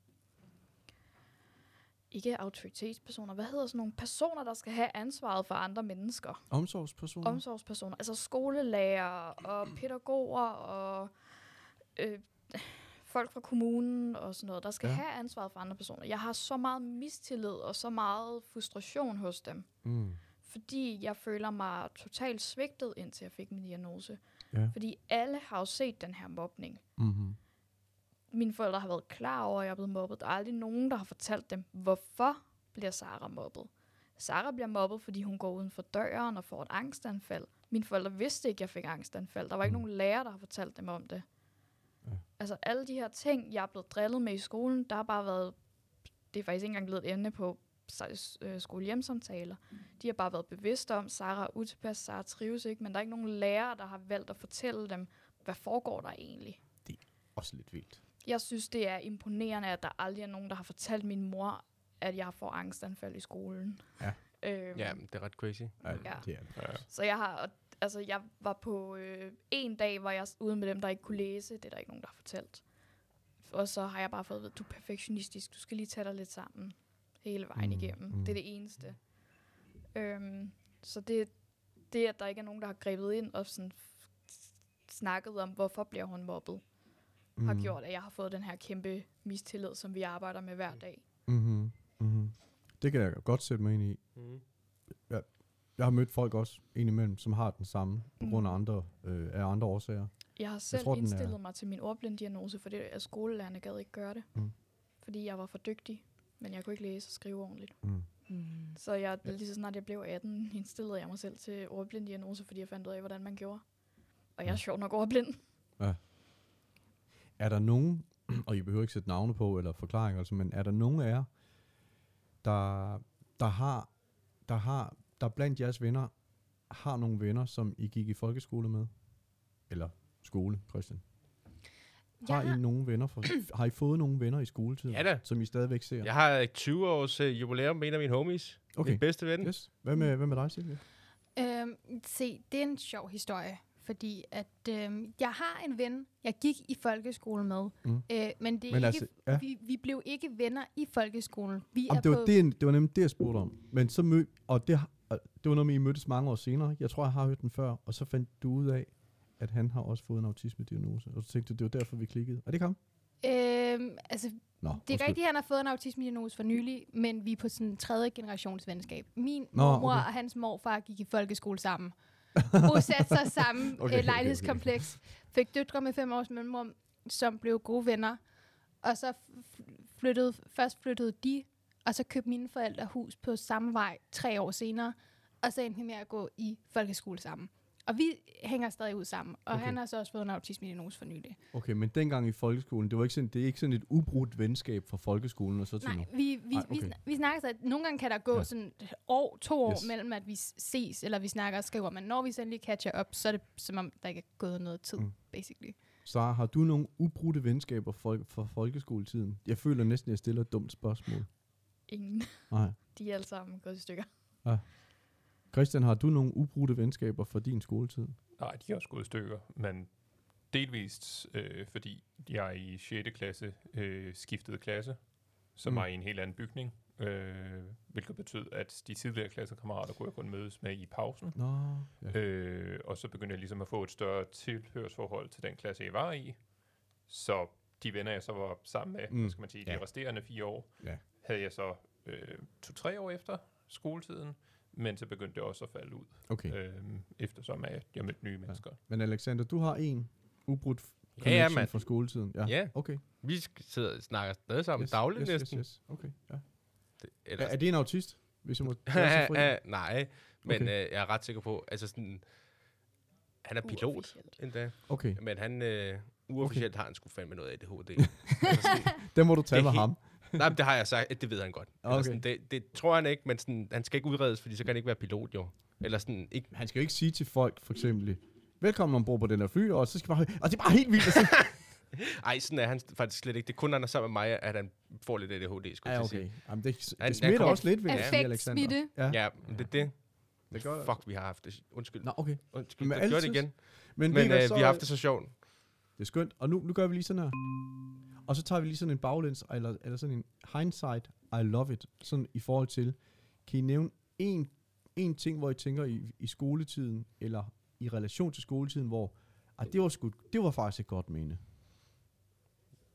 Ikke autoritetspersoner. Hvad hedder sådan nogle personer, der skal have ansvaret for andre mennesker? Omsorgspersoner? Omsorgspersoner. Altså skolelærer og pædagoger og øh, folk fra kommunen og sådan noget, der skal Ja. ja. have ansvaret for andre personer. Jeg har så meget mistillid og så meget frustration hos dem. Mm. Fordi jeg føler mig totalt svigtet, indtil jeg fik min diagnose. Ja. Fordi alle har jo set den her mobning. Mm-hmm. Mine forældre har været klar over, at jeg er blevet mobbet. Der er aldrig nogen, der har fortalt dem, hvorfor bliver Sarah mobbet. Sarah bliver mobbet, fordi hun går uden for døren og får et angstanfald. Mine forældre vidste ikke, at jeg fik angstanfald. Der var ikke Mm. nogen lærer, der har fortalt dem om det. Ja. Altså alle de her ting, jeg er blevet drillet med i skolen, der har bare været... Det er faktisk ikke engang blevet et ende på øh, skole-hjem-samtaler. De har bare været bevidste om, Sarah er utilpas, Sarah trives ikke, men der er ikke nogen lærer, der har valgt at fortælle dem, hvad foregår der egentlig. Også lidt vildt. Jeg synes, det er imponerende, at der aldrig er nogen, der har fortalt min mor, at jeg får angstanfald i skolen. Ja. Øhm, Ja, det er ret crazy. Ja, Ja. det er det. Ja. Så jeg har, og- altså jeg var på øh, en dag, hvor jeg ude med dem, der ikke kunne læse. Det er der ikke nogen, der har fortalt. Og så har jeg bare fået at vide, du er perfektionistisk, du skal lige tage dig lidt sammen hele vejen Mm, igennem. mm. Det er det eneste. Øhm, så det, det, at der ikke er nogen, der har grebet ind og sådan f- snakket om, hvorfor bliver hun mobbet, mm. har gjort, at jeg har fået den her kæmpe mistillid, som vi arbejder med hver dag. Mm-hmm. Mm-hmm. Det kan jeg godt sætte mig ind i. Mm. Jeg har mødt folk også indimellem, som har den samme, på Mm. grund af andre, øh, af andre årsager. Jeg har selv tror, den er- indstillet mig til min ordblinddiagnose, fordi at skolelærerne gad ikke gøre det. Mm. Fordi jeg var for dygtig, men jeg kunne ikke læse og skrive ordentligt. Mm. Mm. Så jeg, lige så snart jeg blev atten, indstillede jeg mig selv til ordblinddiagnose, fordi jeg fandt ud af, hvordan man gjorde. Og jeg er sjov nok ordblind. Er der nogen, og I behøver ikke sætte navne på eller forklaringer, altså, men er der nogen af jer, der, der har, der har, der blandt jeres venner, har nogle venner, som I gik i folkeskole med? Eller skole, Christian? Har Jeg har, I nogen venner? For, har I fået nogle venner i skoletiden, Ja da. som I stadigvæk ser? Jeg har tyve års uh, jubilæum med en af mine homies. Okay. Min bedste ven. Yes. Hvad med, hvad med dig, Silvia? øhm, se, det er en sjov historie, fordi at øhm, jeg har en ven, jeg gik i folkeskole med, Mm. øh, men det er Men ikke, altså, ja. vi, vi blev ikke venner i folkeskolen. Vi Om er det, var på, det, det var nemlig det, jeg spurgte om. Men så mød, og det, har- og det var noget med, I mødtes mange år senere. Jeg tror, jeg har hørt den før. Og så fandt du ud af, at han har også fået en autisme-diagnose. Og så tænkte du, det var derfor, vi klikkede. Er det kom? øhm, altså, Nå, det er undskyld. rigtigt, at han har fået en autisme-diagnose for nylig, men vi er på sådan en tredje generations venskab. Min Nå, mormor okay. og hans morfar gik i folkeskole sammen. Bosatte sig sammen, Okay, okay, okay, et lejlighedskompleks. Fik døtre med fem års mellemrum, som blev gode venner. Og så f- flyttede, først flyttede de, og så købte mine forældre hus på samme vej tre år senere. Og så endte vi med at gå i folkeskole sammen. Og vi hænger stadig ud sammen. Og Okay. okay. han har så også fået en autisme-diagnose for nylig. Okay, men dengang i folkeskolen, det var ikke sådan, det er ikke sådan et ubrudt venskab fra folkeskolen og så til nu. Nej, vi, vi, Ej, vi, okay. sn- vi snakker så, at nogle gange kan der gå Ja. ja. sådan et år, to år Yes. yes. mellem, at vi s- ses, eller vi snakker og skriver. Men når vi så endelig catcher op, så er det som om, der ikke er gået noget tid, Mm. mm. basically. Så har du nogle ubrudte venskaber for, for folkeskoletiden? Jeg føler næsten, at jeg stiller et dumt spørgsmål. Ingen. Nej. De er alle sammen gået i stykker. Christian, har du nogle ubrudte venskaber for din skoletid? Nej, de er også gået i stykker, men delvist øh, fordi jeg i sjette klasse øh, skiftede klasse, som Mm. mm. var i en helt anden bygning, øh, hvilket betød, at de tidligere klassekammerater kunne jeg kun mødes med i pausen. Nå, ja. Øh, og så begyndte jeg ligesom at få et større tilhørsforhold til den klasse, jeg var i. Så de venner, jeg så var sammen med, Mm. mm. skal man sige, de Ja. resterende fire år, Ja. havde jeg så øh, to-tre år efter skoletiden, men så begyndte det også at falde ud, Okay. øh, eftersom at jeg mødte nye mennesker. Men Alexander, du har en ubrudt Ja, connection ja, mand. fra skoletiden. Ja. Ja. Okay. Vi sk- sidder og snakker stadig sammen Yes, dagligt yes, næsten. Yes, yes. Okay. Ja. Det, Er, ellers, er det en autist, hvis jeg må være så fri? nej, men Okay. øh, jeg er ret sikker på, altså sådan, han er pilot Uofficielt. endda, Okay. men han øh, uofficielt har han sgu fandme noget A D H D. altså sådan, Den må du tage Det er med helt- ham. nej, men det har jeg sagt, det ved han godt. Eller Okay. sådan, det, det tror han ikke, men sådan, han skal ikke udredes, fordi så kan han ikke være pilot jo. Eller sådan, ikke, Han skal jo ikke sige til folk, for eksempel, velkommen ombord på den her fly, og så skal bare, og det er bare helt vildt. Altså. ej, sådan er han faktisk slet ikke. Det er kun, når han er sammen med mig, at han får lidt A D H D, skulle Ja, jeg okay. til at sige. Jamen, det, Han- det smitter han også lidt ved Affekt sige, Alexander. smitte. Ja. Ja, men det er det. Det gør det. Fuck, vi har haft det. Undskyld. Nå, okay. Undskyld, Men jeg gjorde det altid- igen. Men, Men ved I hvad, øh, så, vi har haft det så sjovt. Det er skønt. Og nu, nu gør vi lige sådan her. Og så tager vi lige sådan en baglæns, eller, eller sådan en hindsight, I love it, sådan i forhold til, kan I nævne en, en ting, hvor I tænker i, i skoletiden, eller i relation til skoletiden, hvor ah, det, var sgu, det var faktisk et godt minde.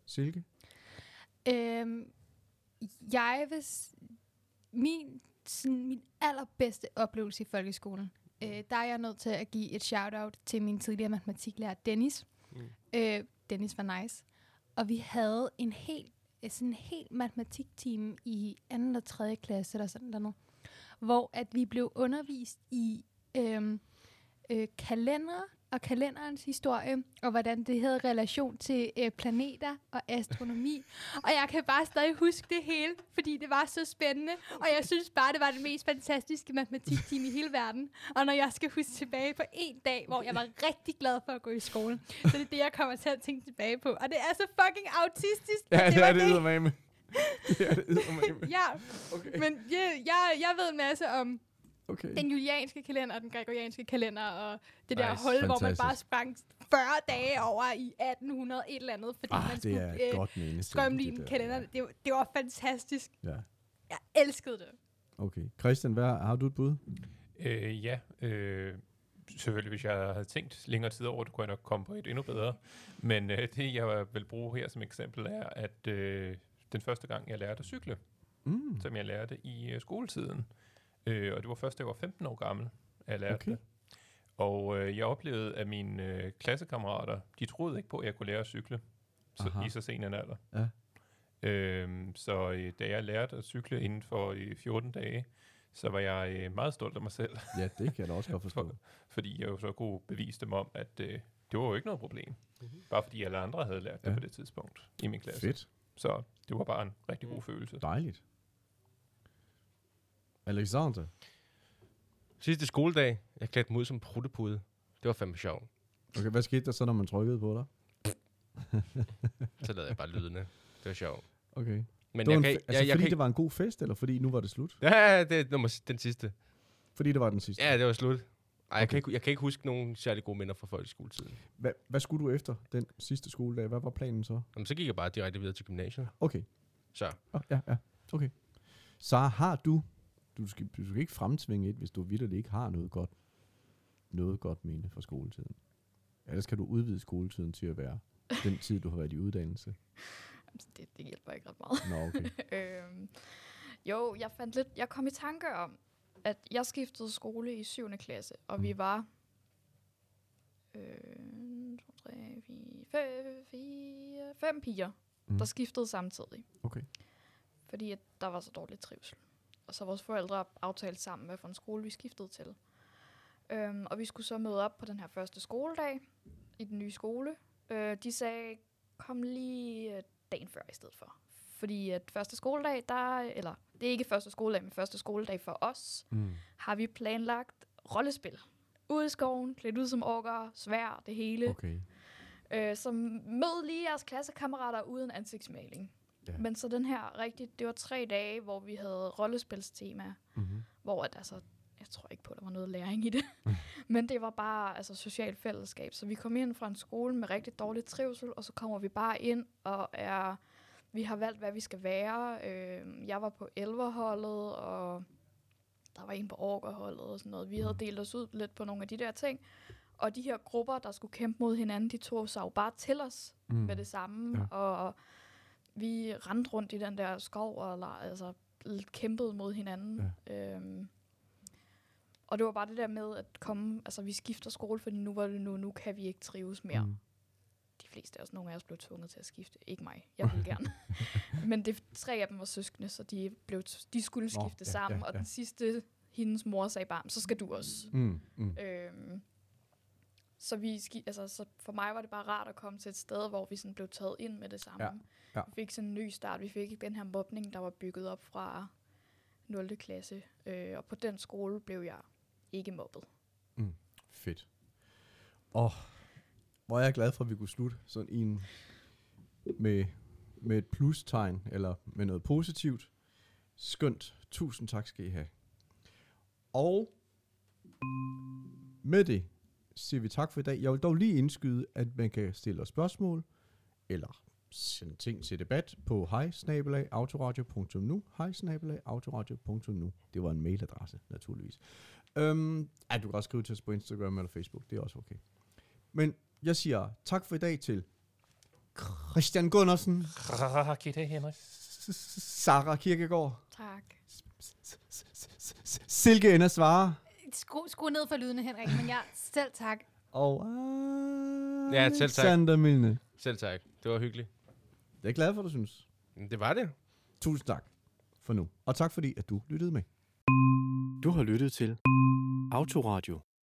Silke? Øhm, jeg vil... s- Min, sådan, min allerbedste oplevelse i folkeskolen, øh, der er jeg nødt til at give et shout-out til min tidligere matematiklærer, Dennis. Mm. Øh, Dennis var nice. Og vi havde en helt, øh, sådan en helt matematikteam i anden og tredje klasse, eller sådan noget, hvor at vi blev undervist i øh, øh, kalender og kalenderens historie, og hvordan det havde relation til øh, planeter og astronomi. Og jeg kan bare stadig huske det hele, fordi det var så spændende, og jeg synes bare, det var det mest fantastiske matematikteam i hele verden. Og når jeg skal huske tilbage på en dag, hvor jeg var rigtig glad for at gå i skole, så det er det, jeg kommer til at tænke tilbage på. Og det er så fucking autistisk. Ja, det var er det eddermame. Det er det eddermame. Ja, Okay. men jeg, jeg, jeg ved en masse om Okay. den julianske kalender, og den gregorianske kalender, og det der Nice. hold, hvor man Fantastisk. bare sprang fyrre dage over i atten hundrede et eller andet, fordi Ah, man det skulle er et øh, godt minde. strømline kalenderne. Det, var- det var fantastisk. Ja. Jeg elskede det. Okay. Christian, hvad, har du et bud? Øh, ja, øh, selvfølgelig hvis jeg havde tænkt længere tid over, det kunne jeg nok komme på et endnu bedre. Men øh, det jeg vil bruge her som eksempel er, at øh, den første gang jeg lærte at cykle, Mm. som jeg lærte i øh, skoletiden, øh, og det var først, da jeg var femten år gammel, at jeg lærte Okay. det. Og øh, jeg oplevede, at mine øh, klassekammerater, de troede ikke på, at jeg kunne lære at cykle så, Aha. i så sen en alder. Ja. Øhm, så øh, da jeg lærte at cykle inden for øh, fjorten dage, så var jeg øh, meget stolt af mig selv, Ja, det kan jeg da også godt forstå. For- fordi jeg jo så kunne bevise dem om, at øh, det var jo ikke noget problem. Mhm. Bare fordi alle andre havde lært det Ja. på det tidspunkt i min klasse. Fedt. Så det var bare en rigtig god følelse. Dejligt. Alexander. Sidste skoledag, jeg klædte mig ud som pruttepude. Det var fandme sjovt. Okay, hvad skete der så, når man trykkede på dig? Så lavede jeg bare lydene. Det var sjovt. Okay. Men Det var jeg en kan, fe- ikke- altså, jeg, jeg fordi kan det ikke... var en god fest, eller fordi nu var det slut? Ja, det er nummer, den sidste. Fordi det var den sidste. Ja, det var slut. Ej, jeg, Okay. kan ikke, jeg kan ikke huske nogen særlig gode minder fra folkeskoletiden. Hvad, hvad skulle du efter den sidste skoledag? Hvad var planen så? Jamen, så gik jeg bare direkte videre til gymnasiet. Okay. Så. Oh, ja, ja. Okay. Så har du... Du skal, du skal ikke fremtvinge et, hvis du vitterligt ikke har noget godt, noget godt minde fra skoletiden. Ellers kan du udvide skoletiden til at være den tid, du har været i uddannelse. Det, det hjælper ikke ret meget. Nå, okay. øhm, jo, jeg fandt lidt, jeg kom i tanke om, at jeg skiftede skole i syvende klasse, og mm. vi var øh, to, tre, fire, fem, fire, fem piger, Mm. mm. der skiftede samtidig. Okay. Fordi at der var så dårlig trivsel. Og så vores forældre aftalte sammen, hvad for en skole vi skiftede til. Øhm, og vi skulle så møde op på den her første skoledag i den nye skole. Øh, de sagde, kom lige øh, dagen før i stedet for. Fordi at første skoledag, der, eller det er ikke første skoledag, men første skoledag for os, Mm. har vi planlagt rollespil. Ude i skoven, klædt ud som orker, svær, det hele. Okay. Øh, så mød lige jeres klassekammerater uden ansigtsmaling. Ja. Men så den her rigtigt, det var tre dage, hvor vi havde rollespilstema, Mm-hmm. hvor at, altså, jeg tror ikke på, at der var noget læring i det, men det var bare altså, socialt fællesskab. Så vi kom ind fra en skole med rigtig dårlig trivsel, og så kommer vi bare ind og er, vi har valgt, hvad vi skal være. Øh, jeg var på elverholdet, og der var en på orkerholdet og sådan noget. Vi havde delt os ud lidt på nogle af de der ting. Og de her grupper, der skulle kæmpe mod hinanden, de tog sig jo bare til os Mm. med det samme. Ja. Og vi rendte rundt i den der skov og la- altså, l- kæmpede mod hinanden. Ja. Øhm, og det var bare det der med at komme, altså vi skifter skole, fordi nu var det nu, nu kan vi ikke trives mere. Mm. De fleste af os, nogle af os blev tvunget til at skifte. Ikke mig, jeg ville gerne. Men det, tre af dem var søskende, så de, blev t- de skulle Nå, skifte ja, sammen. ja, Og ja. den sidste, hendes mor sagde bare, så skal du også. Mm. Mm. Øhm, så, vi ski- altså, så for mig var det bare rart at komme til et sted, hvor vi sådan blev taget ind med det samme. Ja, ja. Vi fik sådan en ny start. Vi fik ikke den her mobning, der var bygget op fra nul klasse. Øh, og på den skole blev jeg ikke mobbet. Fedt. Og hvor er jeg glad for, at vi kunne slutte sådan en med, med et plustegn, eller med noget positivt. Skønt. Tusind tak skal I have. Og med det siger vi tak for i dag. Jeg vil dog lige indskyde, at man kan stille os spørgsmål, eller sende ting til debat på hej snabel-a autoradio punktum nu. hej snabel-a autoradio punktum nu. Det var en mailadresse, naturligvis. Øhm, ja, du kan også skrive til os på Instagram eller Facebook. Det er også okay. Men jeg siger tak for i dag til Christian Gundersen. Gitte Henrik. Sara Kirkegaard. Tak. Silke Ender Svare. Skru, skru ned for lydene, Henrik, men jeg selv tak. Og Ja, selv tak. Alexander Milne. Selv tak. Det var hyggeligt. Det er jeg glad for, du synes. Det var det. Tusind tak for nu. Og tak fordi, at du lyttede med. Du har lyttet til Autoradio.